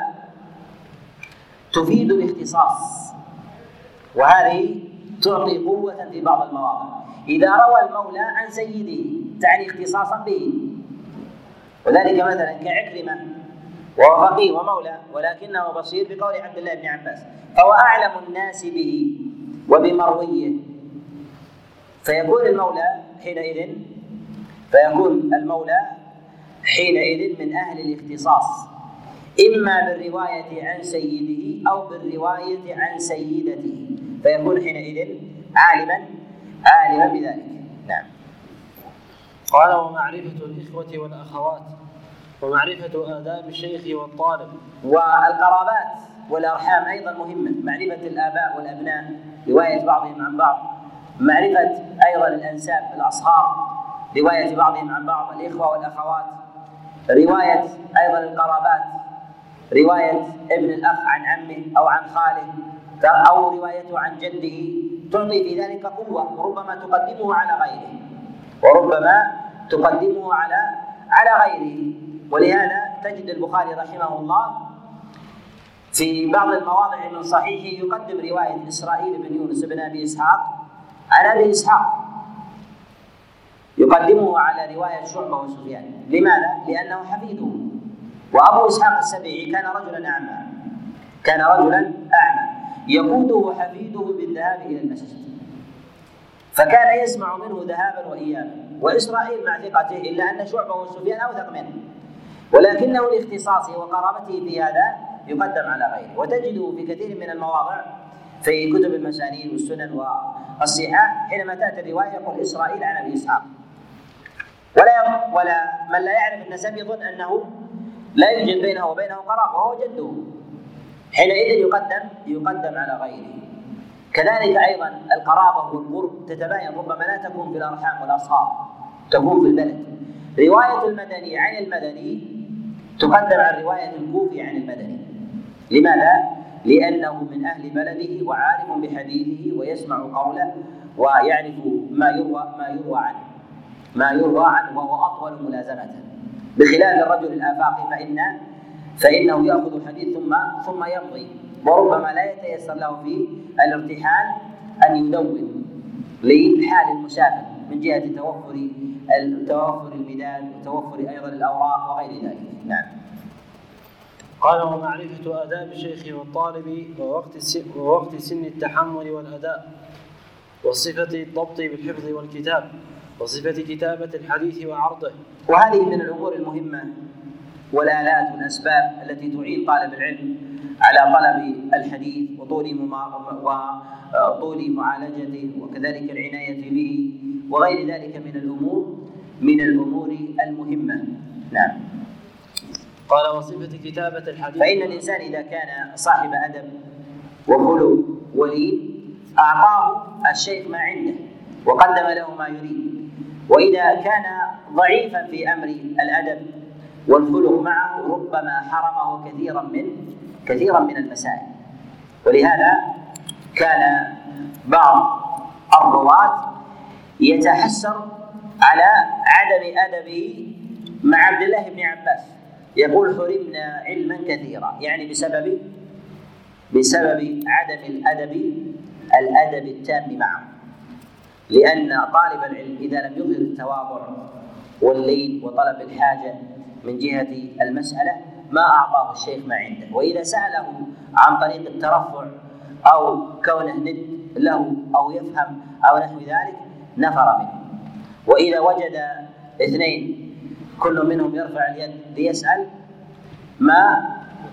تفيد الاختصاص، وهذه تعطي قوة في بعض المواضع. إذا روى المولى عن سيده تعني اختصاصا به، وذلك مثلا كعكرمة وهو فقيه ومولى ولكنه بصير بقول عبد الله بن عباس، فهو أعلم الناس به وبمرويه، فيكون المولى حينئذ فيكون المولى حينئذ من أهل الاختصاص، إما بالرواية عن سيده أو بالرواية عن سيدته، فيكون حينئذ عالما عالما بذلك. نعم. قال: ومعرفة الإخوة والأخوات، ومعرفة آداب الشيخ والطالب. والقرابات والأرحام أيضا مهمة، معرفة الآباء والأبناء، رواية بعضهم عن بعض، معرفة أيضا الأنساب الأصهار، رواية بعضهم عن بعض، الإخوة والأخوات، رواية أيضا القرابات، رواية ابن الأخ عن عمه أو عن خاله أو روايته عن جده، تعطي في ذلك قوة، وربما تقدمه على غيره وربما تقدمه على على غيره. ولهذا تجد البخاري رحمه الله في بعض المواضع من صحيحه يقدم رواية إسرائيل بن يونس بن أبي إسحاق عن أبي إسحاق، يقدمه على رواية شعبة وسفيان. لماذا؟ لأنه حفيده، وأبو إسحاق السبيعي كان رجلا أعمى كان رجلا أعمى يقوده حفيده بالذهاب إلى المسجد، فكان يسمع منه ذهابا وإيابا، وإسرائيل مع ثقته إلا أن شعبة وسفيان أوثق منه، ولكنه لاختصاصه وقرابته في هذا يقدم على غيره. وتجده في كثير من المواضع في كتب المسانيد والسنن والصحاح حينما تأتي الرواية يقول إسرائيل عن أبي إسحاق، ولا ولا من لا يعرف النسب يظن أنه لا يوجد بينه وبينه قرابة وهو جده، حينئذ يقدم يقدم على غيره. كذلك أيضا القرابة والقرب تتباين، ربما لا تكون في الأرحام والأصهار، تكون في البلد. رواية المدني عن المدني تقدم عن رواية الكوفي عن المدني. لماذا؟ لأنه من أهل بلده وعارف بحديثه ويسمع قوله ويعرف ما يروى ما يروى عنه ما يروى عنه وهو أطول ملازمة، بخلاف الرجل الآفاقي فإن فإنه يأخذ الحديث ثم ثم يمضي، وربما لا يتيسر له في الارتحال أن يدون لحال المسافر من جهة توفر توفر المداد وتوفر أيضا الأوراق وغير ذلك. نعم. قال: ومعرفة آداب الشيخ والطالب ووقت السن, ووقت سن التحمل والأداء، وصفة الضبط بالحفظ والكتاب، وصفة كتابة الحديث وعرضه. وهذه من الأمور المهمة والآلات والأسباب التي تعين طالب العلم على طلب الحديث وطول وطول معالجته وكذلك العناية به وغير ذلك من الأمور من الأمور المهمة. نعم. قال: وصفة كتابة الحديث، فإن الإنسان إذا كان صاحب أدب وخلق ولين أعطاه الشيخ ما عنده وقدم له ما يريد، وإذا كان ضعيفا في أمر الأدب والخلق معه ربما حرمه كثيرا من كثيرا من المسائل. ولهذا كان بعض الرواة يتحسر على عدم أدبه مع عبد الله بن عباس، يقول: حرمنا علما كثيرا، يعني بسبب بسبب عدم الأدب الأدب التام معه. لأن طالب العلم إذا لم يظهر التواضع واللين وطلب الحاجة من جهة المسألة ما أعطاه الشيخ ما عنده، وإذا سأله عن طريق الترفع أو كونه ند له أو يفهم أو نحو ذلك نفر منه. وإذا وجد اثنين كل منهم يرفع اليد ليسأل ما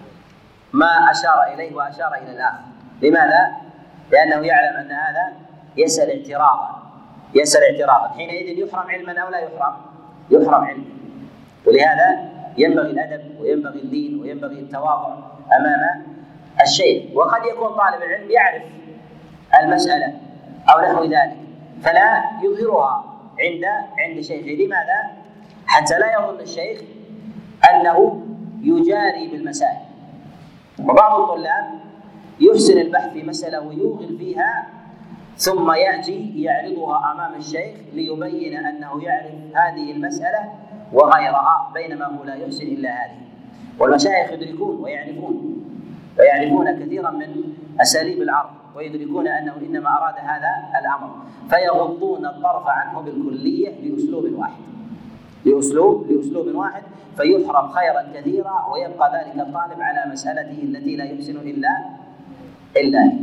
ما أشار إليه وأشار إلى الآخر. لماذا؟ لأنه يعلم أن هذا يسأل اعتراضا يسأل اعتراضا، حينئذ يحرم علما أو لا يحرم؟ يحرم علما. ولهذا ينبغي الأدب وينبغي اللين وينبغي التواضع أمام الشيخ. وقد يكون طالب العلم يعرف المسألة أو نحو ذلك فلا يظهرها عند عند شيخه. لماذا؟ حتى لا يظن الشيخ أنه يجاري بالمسائل. وبعض الطلاب يحسن البحث في مسألة ويوغل فيها ثم يأتي يعرضها أمام الشيخ ليبين أنه يعرف هذه المسألة وغيرها، بينما هو لا يحسن إلا هذه. والمشايخ يدركون ويعرفون ويعرفون كثيرا من أساليب العرض، ويدركون أنه إنما أراد هذا الأمر، فيغضون الطرف عنه بالكلية لأسلوب واحد لأسلوب لأسلوب واحد فيحرم خيرا كثيرا، ويبقى ذلك الطالب على مسألته التي لا يحسن إلا إلا هي.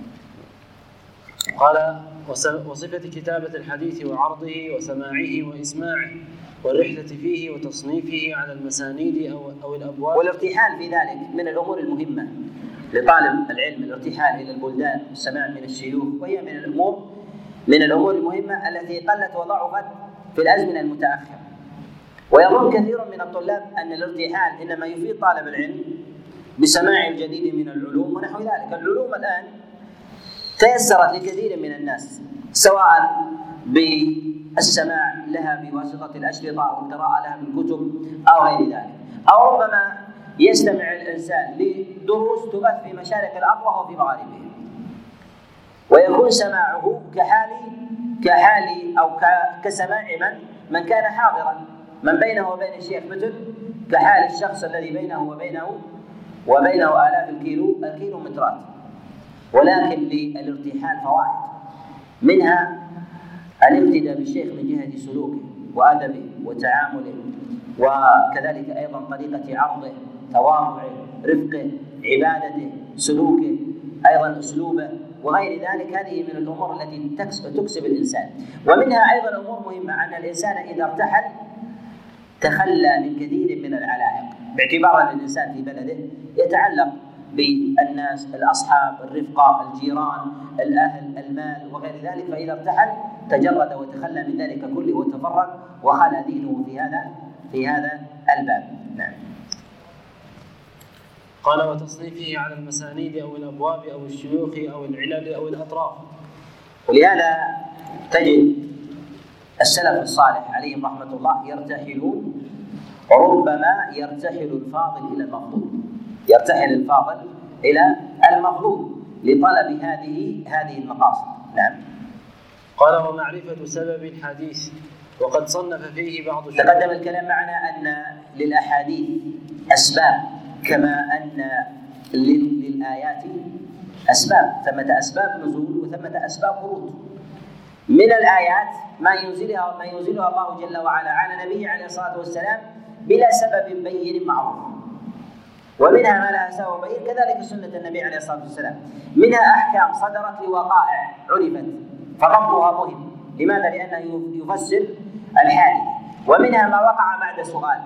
قال: وصفة كتابة الحديث وعرضه وسماعه وإسماعه والرحلة فيه وتصنيفه على المسانيد أو أو الأبواب. والارتحال في ذلك من الأمور المهمة لطالب العلم، الارتحال إلى البلدان والسماع من الشيوخ، وهي من الأمور من الأمور المهمة التي قلت وضعفت في الأزمنة المتأخرة. ويظن كثير من الطلاب أن الارتحال إنما يفيد طالب العلم بسماع الجديد من العلوم ونحو ذلك. العلوم الآن تيسرت لكثير من الناس، سواء بالسماع لها بواسطة الأشرطة أو القراءة لها بالكتب أو غير ذلك، أو ربما يستمع الإنسان لدروس تبث في مشارق الأرض وهو في مغاربها، ويكون سماعه كحال كحال أو كسماع من من كان حاضرا، من بينه وبين الشيخ مثل كحال الشخص الذي بينه وبينه وبينه آلاف الكيلو الكيلومترات. ولكن للارتحال فوائد، منها الاقتداء بالشيخ من جهة سلوكه وأدبه وتعامله، وكذلك أيضا طريقة عرضه، تواضعه، رفقه، عبادته، سلوكه، أيضا أسلوبه وغير ذلك. هذه من الأمور التي تكسب الإنسان. ومنها أيضا أمور مهمة أن الإنسان إذا ارتحل تخلى من كثير من العلائق، باعتبار أن الإنسان في بلده يتعلق بالناس، الأصحاب، الرفقة، الجيران، الأهل، المال وغير ذلك، فإذا ارتحل تجرد وتخلى من ذلك كله وتفرغ وخلى ذهنه في هذا في هذا الباب. نعم. قال: وتصنيفه على المسانيد أو الأبواب أو الشيوخ أو العلل أو الأطراف. ولهذا تجد السلف الصالح عليهم رحمة الله يرتحلون، وربما يرتحل الفاضل إلى المفضول يرتحل الفاضل إلى المفضول لطلب هذه هذه المقاصد. نعم. قال: ومعرفة سبب الحديث، وقد صنف فيه بعض. تقدم الكلام معنا أن للأحاديث أسباب، كما أن للآيات أسباب، ثمة أسباب نزول وثمة أسباب ورود. من الآيات ما ينزلها ما ينزلها الله جل وعلا على نبيه عليه الصلاة والسلام بلا سبب بين معروف، ومنها ما لها سبب بين، كذلك سنة النبي عليه الصلاة والسلام. منها أحكام صدرت لوقائع عرفت فضبطها مهم. لماذا؟ لأنه يفسر الحادث. ومنها ما وقع بعد سؤال،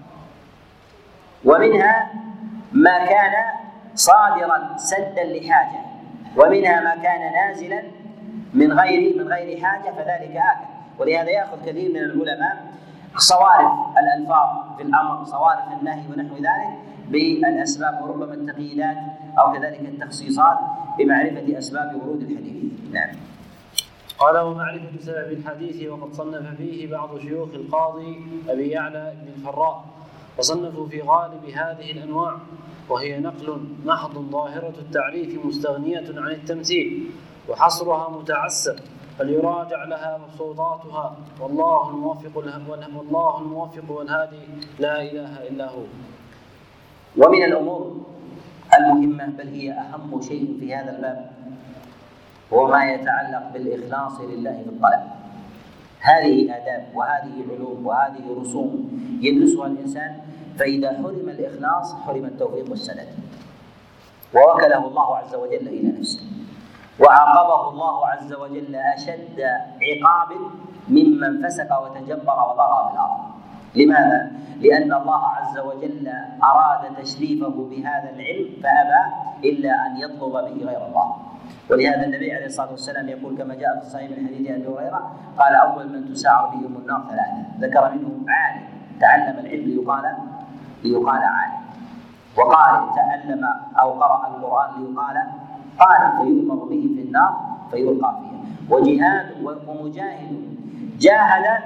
ومنها ما كان صادرا سدا لحاجة، ومنها ما كان نازلا من غير من غير حاجة فذلك آكل. ولهذا يأخذ كثير من العلماء صوارف الألفاظ في الأمر، صوارف النهي ونحو ذلك بالأسباب، وربما التقييدات أو كذلك التخصيصات بمعرفة أسباب ورود الحديث. نعم. قال: ومعرفة سبب الحديث، وقد صنف فيه بعض شيوخ القاضي أبي يعلى بن الفراء، وصنفوا في غالب هذه الأنواع، وهي نقل محض ظاهرة التعريف مستغنية عن التمثيل، وحصرها متعسر، فليراجع لها مبسوطاتها، والله الموفق والله الموفق والهادي لا إله إلا هو. ومن الأمور المهمة، بل هي أهم شيء في هذا الباب، هو ما يتعلق بالإخلاص لله في الطلب. هذه آداب وهذه علوم وهذه رسوم يدرسها الإنسان، فإذا حرم الإخلاص حرم التوفيق والسداد، ووكله الله عز وجل إلى نفسه، وعاقبه الله عز وجل أشد عقاب ممن فسق وتجبر وطغى في الأرض. لماذا؟ لأن الله عز وجل أراد تشريفه بهذا العلم فأبى إلا أن يطلب به غير الله. ولهذا النبي عليه الصلاة والسلام يقول كما جاء في الصحيح من حديث أبي هريرة قال: أول من تسعر بهم النار ثلاثة، ذكر منهم عالم تعلم العلم ليقال ليقال عالم، وقارئ تعلم أو قرأ القرآن ليقال قارئ فيؤمر به في النار فيلقى فيها، وجهاد ومجاهد جاهد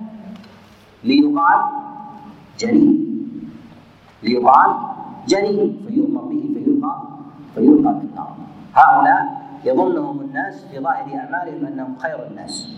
ليقال جريء ليقال جريء فيؤمر به فيلقى فيلقى في النار. هؤلاء يظنهم الناس في ظاهر أعمالهم أنهم خير الناس،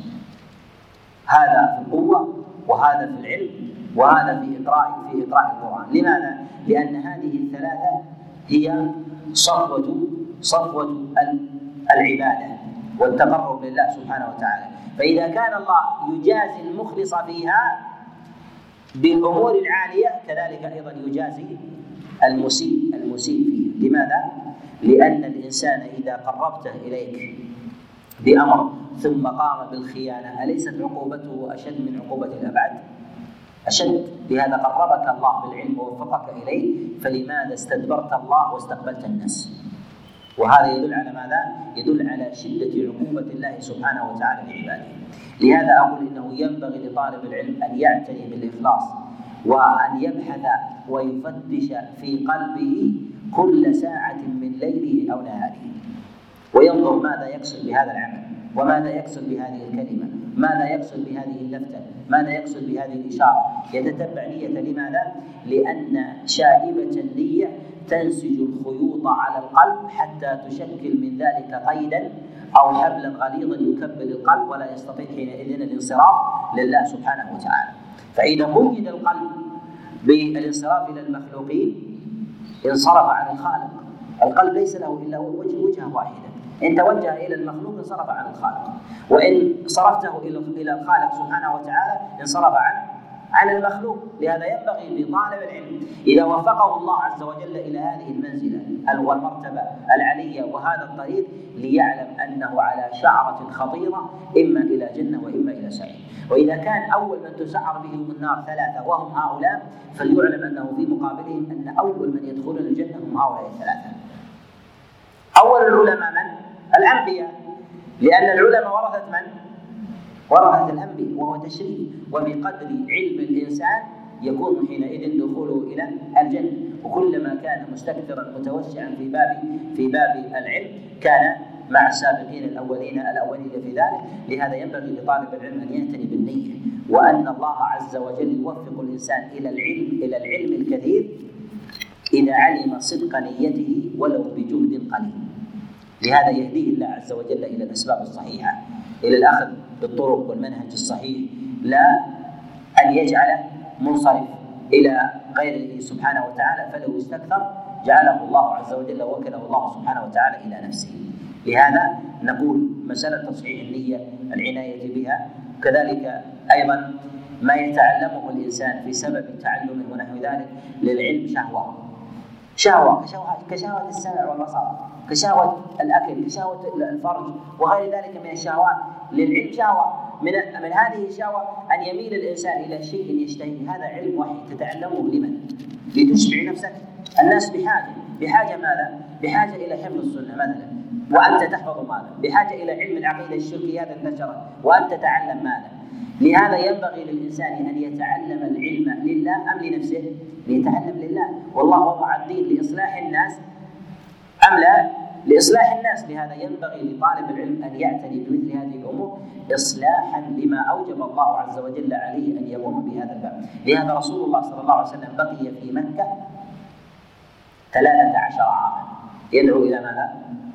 هذا في القوة وهذا في العلم وهذا في إقراء في إقراء القرآن. لماذا؟ لأن هذه الثلاثة هي صفوة صفوة العبادة والتقرب لله سبحانه وتعالى. فإذا كان الله يجازي المخلص فيها بالأمور العالية كذلك أيضا يجازي المسيء المسيء فيها. لماذا؟ لأن الإنسان إذا قربته إليك بأمر ثم قام بالخيانة أليست عقوبته أشد من عقوبة الأبعد؟ أشد. لهذا قربك الله بالعلم ووفقك إليه، فلماذا استدبرت الله واستقبلت الناس؟ وهذا يدل على ماذا؟ يدل على شدة عقوبة الله سبحانه وتعالى لعباده. لهذا أقول إنه ينبغي لطالب العلم أن يعتني بالإخلاص وأن يبحث ويفتش في قلبه كل ساعة من ليله أو نهاره، وينظر ماذا يقصد بهذا العمل، وماذا يقصد بهذه الكلمة، ماذا يقصد بهذه اللفتة، ماذا يقصد بهذه الإشارة، يتتبع نية. لماذا؟ لأن شائبة النية تنسج الخيوط على القلب حتى تشكل من ذلك قيدا أو حبلا غليظا يكبل القلب ولا يستطيع حينئذ الانصراف لله سبحانه وتعالى. فإذا قيد القلب بالانصراف إلى المخلوقين انصرف عن الخالق. القلب ليس له إلا وجه وجهة واحدة، إن توجه إلى المخلوق انصرف عن الخالق، وإن صرفته إلى الخالق سبحانه وتعالى انصرف عن عن المخلوق. لهذا ينبغي لطالب العلم إذا وفقه الله عز وجل إلى هذه المنزلة والمرتبة العلية وهذا الطريق ليعلم أنه على شعرة خطيرة إما إلى جنة وإما إلى سعير. وإذا كان أول من تسعر بهم النار ثلاثة وهم هؤلاء، فليعلم أنه في مقابلهم أن أول من يدخلون الجنة هم هؤلاء الثلاثة. أول العلماء من؟ الأنبياء، لأن العلماء ورثة من؟ ورثة الأنبياء، وهو تشريف. وبقدر علم الإنسان يكون حينئذ دخوله إلى الجنة، وكلما كان مستكثرا متوسعا في باب في باب العلم كان مع السابقين الأولين الأولين في ذلك. لهذا ينبغي لطالب العلم أن يعتني بالنية، وأن الله عز وجل يوفق الإنسان إلى العلم إلى العلم الكثير إذا علم صدق نيته ولو بجهد قليل. لهذا يهديه الله عز وجل إلى الأسباب الصحيحة، إلى الأخذ بالطرق والمنهج الصحيح، لا أن يجعل منصرف إلى غيره سبحانه وتعالى، فلو استكثر جعله الله عز وجل ووكله الله سبحانه وتعالى إلى نفسه. لهذا نقول مسألة تصحيح النية العناية بها، كذلك أيضا ما يتعلمه الإنسان في سبب تعلمه ونحو ذلك للعلم شهوة شهوة كشهوة السمع والبصر، كشهوة الأكل، كشهوة الفرج وغير ذلك من الشهوات. للعلم شهوة، من من هذه الشهوة أن يميل الإنسان إلى شيء يشتهيه. هذا علم وحي تتعلمه لمن؟ لتشبع نفسك. الناس بحاجة بحاجة ماذا؟ بحاجة إلى حفظ السنة مثلا، وأنت تحفظ ماذا؟ بحاجة إلى علم العقيدة الشركيات انتشرت وأنت تتعلم ماذا؟ لهذا ينبغي للإنسان أن يتعلم العلم لله أم لنفسه؟ ليتعلم لله، والله وضع الدين لإصلاح الناس أم لا؟ لإصلاح الناس. لهذا ينبغي لطالب العلم أن يعتني بمثل هذه الأمور إصلاحا لما أوجب الله عز وجل عليه أن يقوم بهذا الباب. لهذا رسول الله صلى الله عليه وسلم بقي في مكة ثلاثة عشر عاما يدعو إلى ماذا؟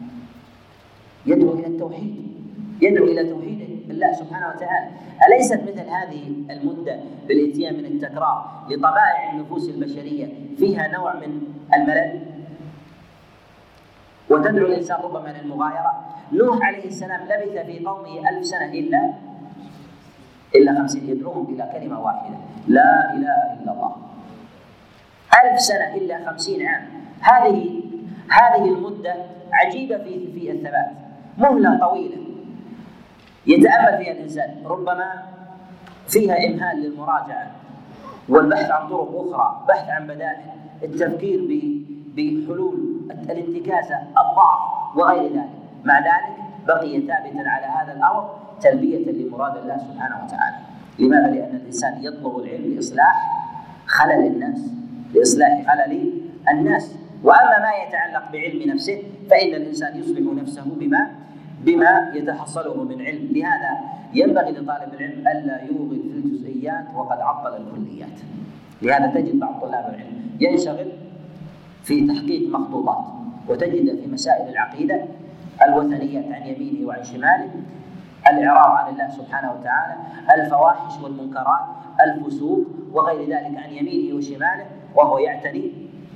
يدعو إلى التوحيد، يدعو إلى توحيد الله سبحانه وتعالى. أليست مثل هذه المدة بالإتيان من التكرار لطبائع النفوس البشرية فيها نوع من الملل؟ وتدعو الإنسان ربما للمغايرة. نوح عليه السلام لبث في قومه ألف سنة إلا إلا خمسين يدعوهم إلى كلمة واحدة لا إله إلا الله. ألف سنة إلا خمسين عام. هذه هذه المدة عجيبة في في الثبات، مهلة طويلة يتأمل فيها الإنسان، ربما فيها إمهال للمراجعة والبحث عن طرق أخرى، بحث عن بدائل، التفكير بحلول، الانتكاسة، الضعف وغير ذلك. مع ذلك بقي ثابتا على هذا الأمر تلبية لمراد الله سبحانه وتعالى. لماذا؟ لأن الإنسان يطلب العلم لإصلاح خلل الناس، لإصلاح خلل الناس. وأما ما يتعلق بعلم نفسه فإن الإنسان يصلح نفسه بما بما يتحصله من علم. لهذا ينبغي لطالب العلم ألا يوغل في الجزئيات وقد عطل الكليات. لهذا تجد بعض طلاب العلم ينشغل في تحقيق مخطوطات، وتجد في مسائل العقيدة الوثنيات عن يمينه وعن شماله، الإعراض عن الله سبحانه وتعالى، الفواحش والمنكرات، الفسوق وغير ذلك عن يمينه وشماله، وهو يعتني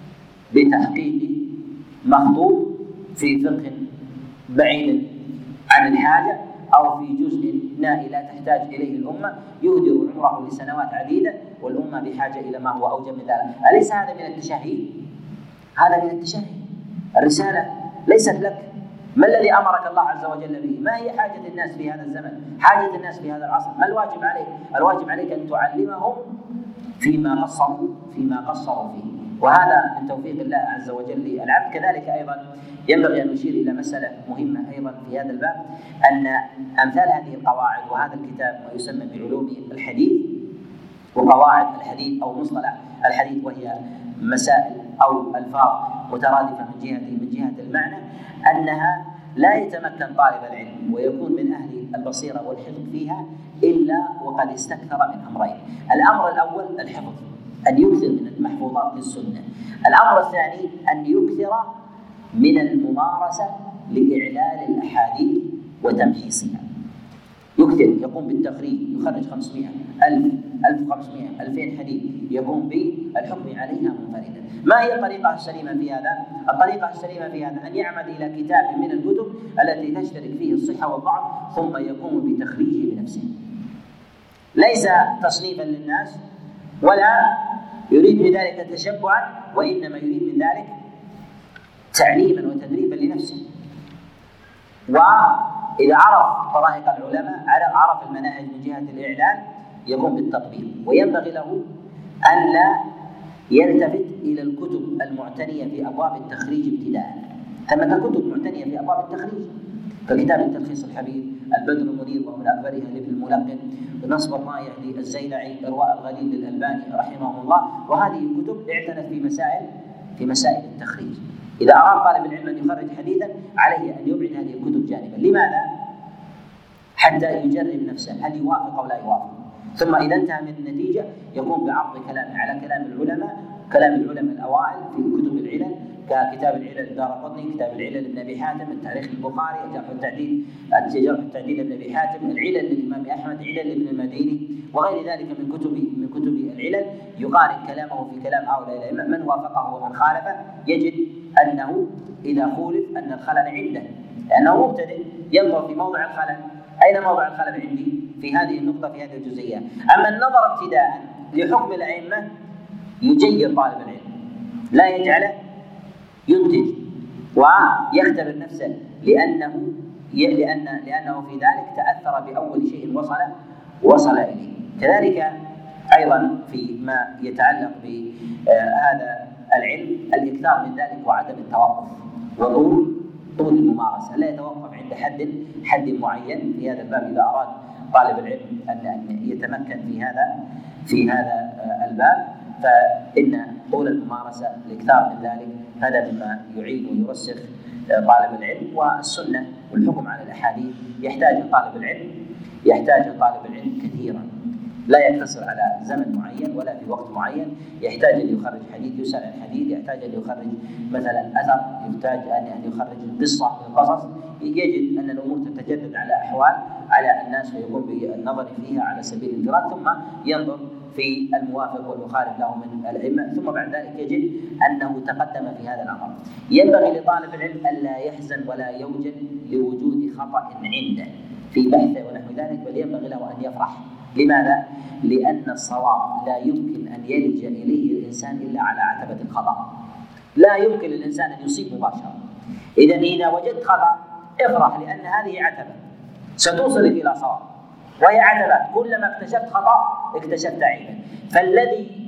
بتحقيق مخطوط في فقه بعيد عن الحاجة أو في جزء نائي لا تحتاج إليه الأمة، يهدر عمره لسنوات عديدة والأمة بحاجة إلى ما هو أوجب من ذلك. أليس هذا من التشهي؟ هذا من التشهي. الرسالة ليست لك. ما الذي أمرك الله عز وجل به؟ ما هي حاجة الناس في هذا الزمن؟ حاجة الناس في هذا العصر؟ ما الواجب عليك؟ الواجب عليك أن تعلمهم فيما قصروا فيما قصروا فيه، وهذا من توفيق الله عز وجل للعبد. كذلك أيضا ينبغي أن نشير إلى مسألة مهمة أيضا في هذا الباب، أن أمثال هذه القواعد وهذا الكتاب ما يسمى بعلوم الحديث وقواعد الحديث أو مصطلح الحديث، وهي مسائل أو ألفاظ مترادفة من جهة من جهة المعنى، أنها لا يتمكن طالب العلم ويكون من أهل البصيرة والحفظ فيها إلا وقد استكثر من أمرين. الأمر الأول الحفظ، أن يكثر من المحفوظات للسنة. الأمر الثاني أن يكثر من الممارسة لإعلال الأحاديث وتمحيصها. يكثر، يقوم بالتخريج، يخرج خمسمائة ألف ألف وخمسمائة ألفين حديث، يقوم بالحكم عليها منفردا. ما هي الطريقة السليمة في هذا؟ الطريقة السليمة في هذا أن يعمد إلى كتاب من الكتب التي تشترك فيه الصحة والضعف، ثم يقوم بتخريجه بنفسه، ليس تصنيفا للناس ولا يريد بذلك تشبعا، وإنما يريد من ذلك تعليما وتدريبا لنفسه. وإذا عرف طرائق العلماء، عرف المناهج من جهة الإعلان، يقوم بالتطبيق. وينبغي له أن لا يلتفت إلى الكتب المعتنية في أبواب التخريج ابتداء. ثمة كتب معتنية في أبواب التخريج ككتاب التلخيص الحبيب، البدر المنير ومن أكبرها لابن الملقن، نصب الراية للزيلعي، إرواء الغليل للألباني رحمه الله. وهذه كتب اعتنت في مسائل في مسائل التخريج. إذا أراد طالب العلم أن يخرج حديثا عليه أن يبعد هذه الكتب جانبا. لماذا؟ حتى يجرب نفسه هل يوافق أو لا يوافق. ثم إذا انتهى من النتيجة يقوم بعرض كلامه على كلام العلماء، كلام العلماء الأوائل في كتب العلل ككتاب العلل الدارقطني، كتاب العلل لابن أبي حاتم، التاريخ البخاري، الجرح والتعديل، الجرح والتعديل لابن أبي حاتم، العلل للإمام أحمد، علل لابن المديني وغير ذلك من كتب من كتب العلل. يقارن كلامه في كلام هؤلاء الأئمة، من وافقه ومن خالفه، يجد أنه إذا خولف أن الخلل عنده، لأنه مبتدئ ينظر في موضع الخلل. أين موضع الخلل عندي؟ في هذه النقطة، في هذه الجزئية. أما النظر ابتداء لحكم الأئمة يجير طالب العلم، لا يجعله ينتج ويختبر نفسه، لأنه لأن لأنه في ذلك تأثر بأول شيء وصل وصل إليه. كذلك أيضا فيما يتعلق بهذا العلم الإكثار من ذلك وعدم التوقف وطول طول الممارسة، لا يتوقف عند حد حد معين في هذا الباب. إذا أراد طالب العلم أن يتمكن في هذا في هذا الباب فإن طول الممارسة الإكثار من ذلك هذا مما يعين ويرسخ طالب العلم. والسنة والحكم على الأحاديث يحتاج طالب العلم يحتاج طالب العلم كثيرا، لا يقتصر على زمن معين ولا في وقت معين. يحتاج أن يخرج حديث، يسأل عن حديث، يحتاج أن يخرج مثلا أثر، يحتاج أن يخرج قصة من القصص. يجد أن الأمور تتجدد على أحوال على الناس، ويقوم بالنظر فيها على سبيل الانفراد، ثم ينظر في الموافق والمخالف له من الأئمة، ثم بعد ذلك يجد أنه تقدم في هذا الأمر. ينبغي لطالب العلم ألا يحزن ولا يوجل لوجود خطأ عنده في بحثه ونحو ذلك، بل ينبغي له أن يفرح. لماذا؟ لأن الصواب لا يمكن أن يلج إليه الإنسان إلا على عتبة الخطأ. لا يمكن للإنسان أن يصيب مباشرة. إذا إذا وجدت خطأ افرح، لأن هذه عتبة ستوصلك إلى صواب، وهي عتبات. كلما اكتشفت خطأ اكتشفت عيبا. فالذي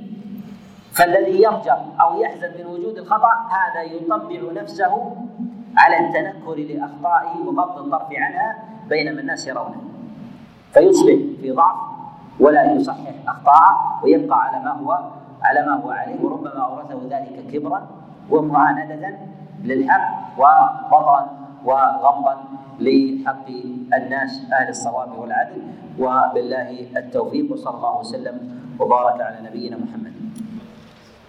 فالذي يرجع أو يحزن من وجود الخطأ هذا يطبع نفسه على التنكر لأخطائه وغض الطرف عنها بينما الناس يرونه، فيصبح في ضعف ولا يصحح أخطاءه ويبقى على ما هو على ما هو عليه، وربما أورثه ذلك كبرا ومعاندة للحق وبطرا وغمضا لحق الناس أهل الصواب والعدل. وبالله التوفيق، وصلى الله وسلم وبارك على نبينا محمد.